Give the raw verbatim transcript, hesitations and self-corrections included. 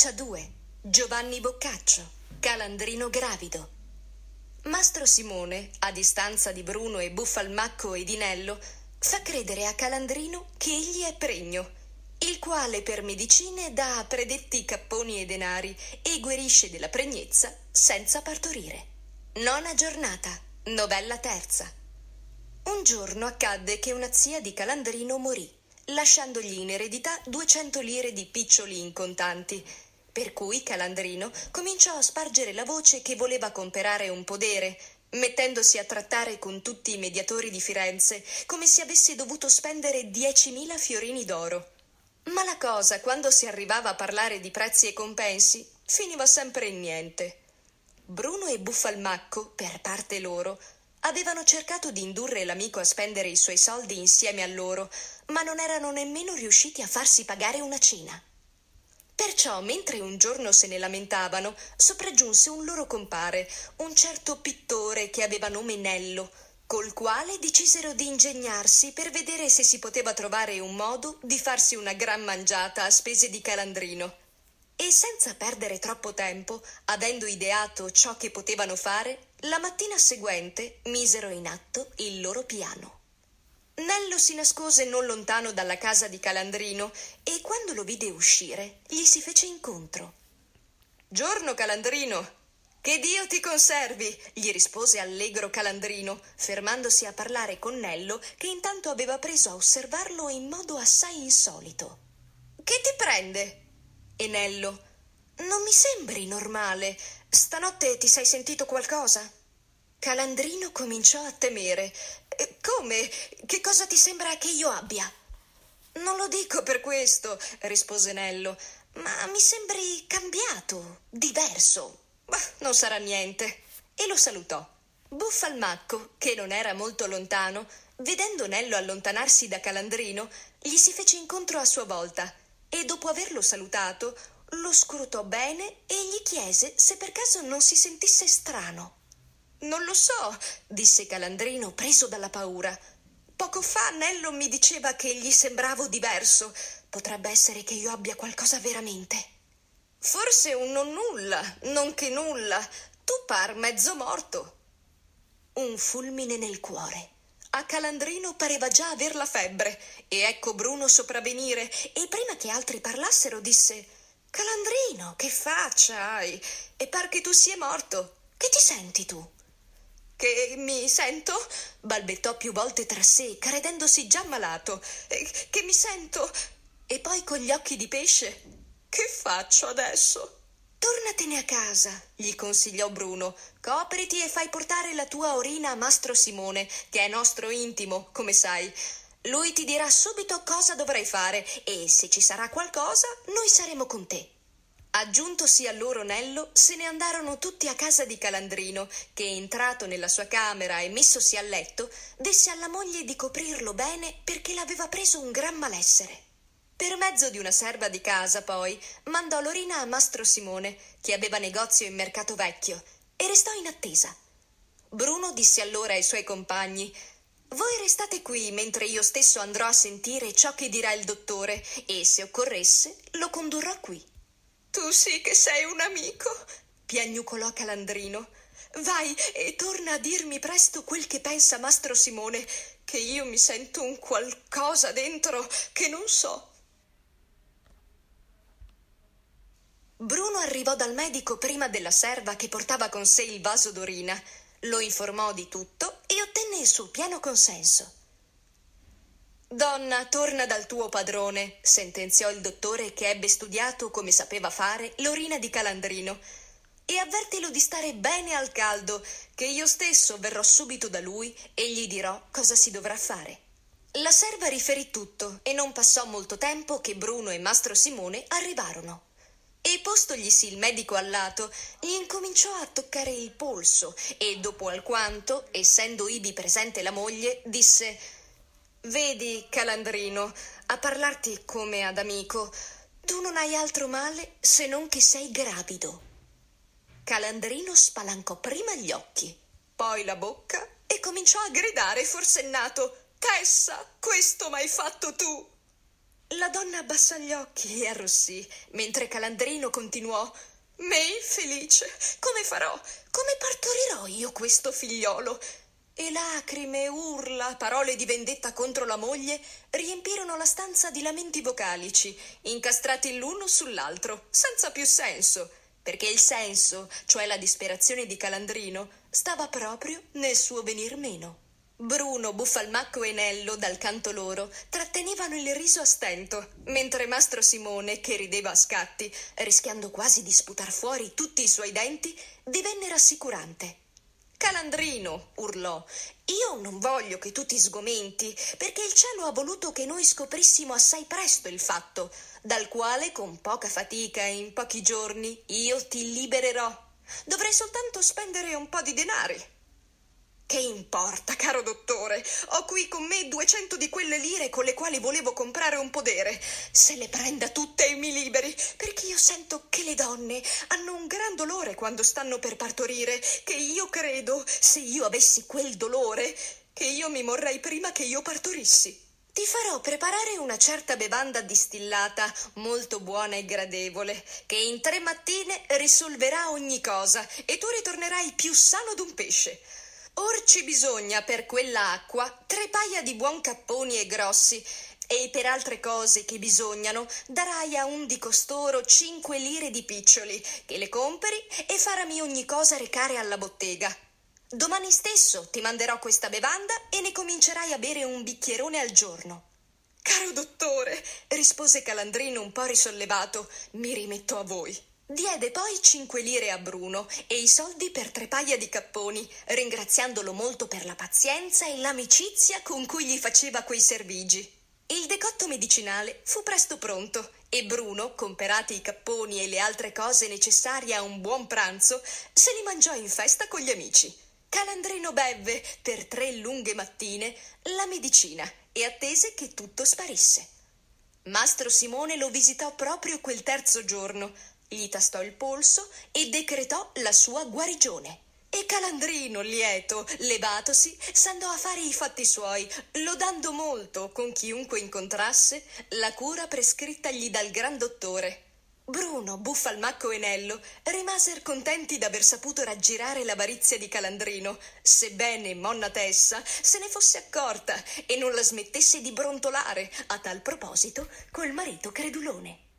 Faccia due. Giovanni Boccaccio. Calandrino gravido. Mastro Simone, a distanza di Bruno e Buffalmacco e di Nello, fa credere a Calandrino che egli è pregno, il quale per medicine dà a predetti capponi e denari e guarisce della pregnezza senza partorire. Nona giornata. Novella terza. Un giorno accadde che una zia di Calandrino morì, lasciandogli in eredità duecento lire di piccioli in contanti, per cui Calandrino cominciò a spargere la voce che voleva comperare un podere, mettendosi a trattare con tutti i mediatori di Firenze come se avesse dovuto spendere diecimila fiorini d'oro. Ma la cosa, quando si arrivava a parlare di prezzi e compensi, finiva sempre in niente. Bruno e Buffalmacco, per parte loro, avevano cercato di indurre l'amico a spendere i suoi soldi insieme a loro, ma non erano nemmeno riusciti a farsi pagare una cena. Perciò, mentre un giorno se ne lamentavano, sopraggiunse un loro compare, un certo pittore che aveva nome Nello, col quale decisero di ingegnarsi per vedere se si poteva trovare un modo di farsi una gran mangiata a spese di Calandrino. E senza perdere troppo tempo, avendo ideato ciò che potevano fare, la mattina seguente misero in atto il loro piano. Nello si nascose non lontano dalla casa di Calandrino e quando lo vide uscire gli si fece incontro. «Giorno, Calandrino!» «Che Dio ti conservi!» gli rispose allegro Calandrino, fermandosi a parlare con Nello, che intanto aveva preso a osservarlo in modo assai insolito. «Che ti prende?» E Nello: «Non mi sembri normale. Stanotte ti sei sentito qualcosa?» Calandrino cominciò a temere. «Come? Che cosa ti sembra che io abbia?» «Non lo dico per questo», rispose Nello, «ma mi sembri cambiato, diverso. Bah, non sarà niente». E lo salutò. Buffalmacco, che non era molto lontano, vedendo Nello allontanarsi da Calandrino, gli si fece incontro a sua volta e dopo averlo salutato lo scrutò bene e gli chiese se per caso non si sentisse strano. «Non lo so», disse Calandrino, preso dalla paura. «Poco fa Nello mi diceva che gli sembravo diverso. Potrebbe essere che io abbia qualcosa veramente». «Forse un non nulla, non che nulla. Tu par mezzo morto». Un fulmine nel cuore. A Calandrino pareva già aver la febbre, e ecco Bruno sopravvenire, e prima che altri parlassero disse: «Calandrino, che faccia hai? E par che tu sia morto. Che ti senti tu?» «Che mi sento?» balbettò più volte tra sé, credendosi già malato. «Che mi sento?» E poi con gli occhi di pesce: «Che faccio adesso?» «Tornatene a casa», gli consigliò Bruno. «Copriti e fai portare la tua orina a Mastro Simone, che è nostro intimo, come sai. Lui ti dirà subito cosa dovrai fare e se ci sarà qualcosa, noi saremo con te». Aggiuntosi a loro Nello, se ne andarono tutti a casa di Calandrino, che entrato nella sua camera e messosi a letto, desse alla moglie di coprirlo bene perché l'aveva preso un gran malessere. Per mezzo di una serva di casa, poi, mandò l'orina a Mastro Simone, che aveva negozio in Mercato Vecchio, e restò in attesa. Bruno disse allora ai suoi compagni: «Voi restate qui mentre io stesso andrò a sentire ciò che dirà il dottore e, se occorresse, lo condurrò qui». «Tu sì che sei un amico», piagnucolò Calandrino. «Vai e torna a dirmi presto quel che pensa Mastro Simone, che io mi sento un qualcosa dentro che non so». Bruno arrivò dal medico prima della serva che portava con sé il vaso d'orina, lo informò di tutto e ottenne il suo pieno consenso. «Donna, torna dal tuo padrone», sentenziò il dottore, che ebbe studiato, come sapeva fare, l'orina di Calandrino, «e avvertilo di stare bene al caldo, che io stesso verrò subito da lui e gli dirò cosa si dovrà fare». La serva riferì tutto e non passò molto tempo che Bruno e Mastro Simone arrivarono. E postoglisi il medico al lato, gli incominciò a toccare il polso e dopo alquanto, essendo ivi presente la moglie, disse: «Vedi, Calandrino, a parlarti come ad amico, tu non hai altro male se non che sei gravido». Calandrino spalancò prima gli occhi, poi la bocca e cominciò a gridare forsennato: «Tessa, questo m'hai fatto tu!» La donna abbassò gli occhi e arrossì, mentre Calandrino continuò: me infelice, come farò? Come partorirò io questo figliolo? E lacrime, urla, parole di vendetta contro la moglie riempirono la stanza di lamenti vocalici, incastrati l'uno sull'altro, senza più senso, perché il senso, cioè la disperazione di Calandrino, stava proprio nel suo venir meno. Bruno, Buffalmacco e Nello, dal canto loro, trattenevano il riso a stento, mentre Mastro Simone, che rideva a scatti, rischiando quasi di sputar fuori tutti i suoi denti, divenne rassicurante. Calandrino, urlò, io non voglio che tu ti sgomenti, perché il cielo ha voluto che noi scoprissimo assai presto il fatto, dal quale con poca fatica e in pochi giorni io ti libererò. Dovrei soltanto spendere un po' di denari. Che importa, caro dottore? Ho qui con me duecento di quelle lire con le quali volevo comprare un podere. Se le prenda tutte e mi liberi, perché io sento che le donne hanno un gran dolore quando stanno per partorire, che io credo, se io avessi quel dolore, che io mi morrei prima che io partorissi. Ti farò preparare una certa bevanda distillata, molto buona e gradevole, che in tre mattine risolverà ogni cosa e tu ritornerai più sano d'un pesce. Or ci bisogna per quella acqua tre paia di buon capponi e grossi, e per altre cose che bisognano darai a un di costoro cinque lire di piccioli, che le comperi e farami ogni cosa recare alla bottega. Domani stesso ti manderò questa bevanda e ne comincerai a bere un bicchierone al giorno. Caro dottore, rispose Calandrino un po' risollevato, mi rimetto a voi. Diede poi cinque lire a Bruno e i soldi per tre paia di capponi, ringraziandolo molto per la pazienza e l'amicizia con cui gli faceva quei servigi. Il decotto medicinale fu presto pronto e Bruno, comperati i capponi e le altre cose necessarie a un buon pranzo, se li mangiò in festa con gli amici. Calandrino bevve, per tre lunghe mattine, la medicina e attese che tutto sparisse. Mastro Simone lo visitò proprio quel terzo giorno, gli tastò il polso e decretò la sua guarigione. E Calandrino, lieto, levatosi, s'andò a fare i fatti suoi, lodando molto, con chiunque incontrasse, la cura prescrittagli dal gran dottore. Bruno, Buffalmacco e Nello rimasero contenti d'aver saputo raggirare l'avarizia di Calandrino, sebbene Monna Tessa se ne fosse accorta e non la smettesse di brontolare, a tal proposito, col marito credulone.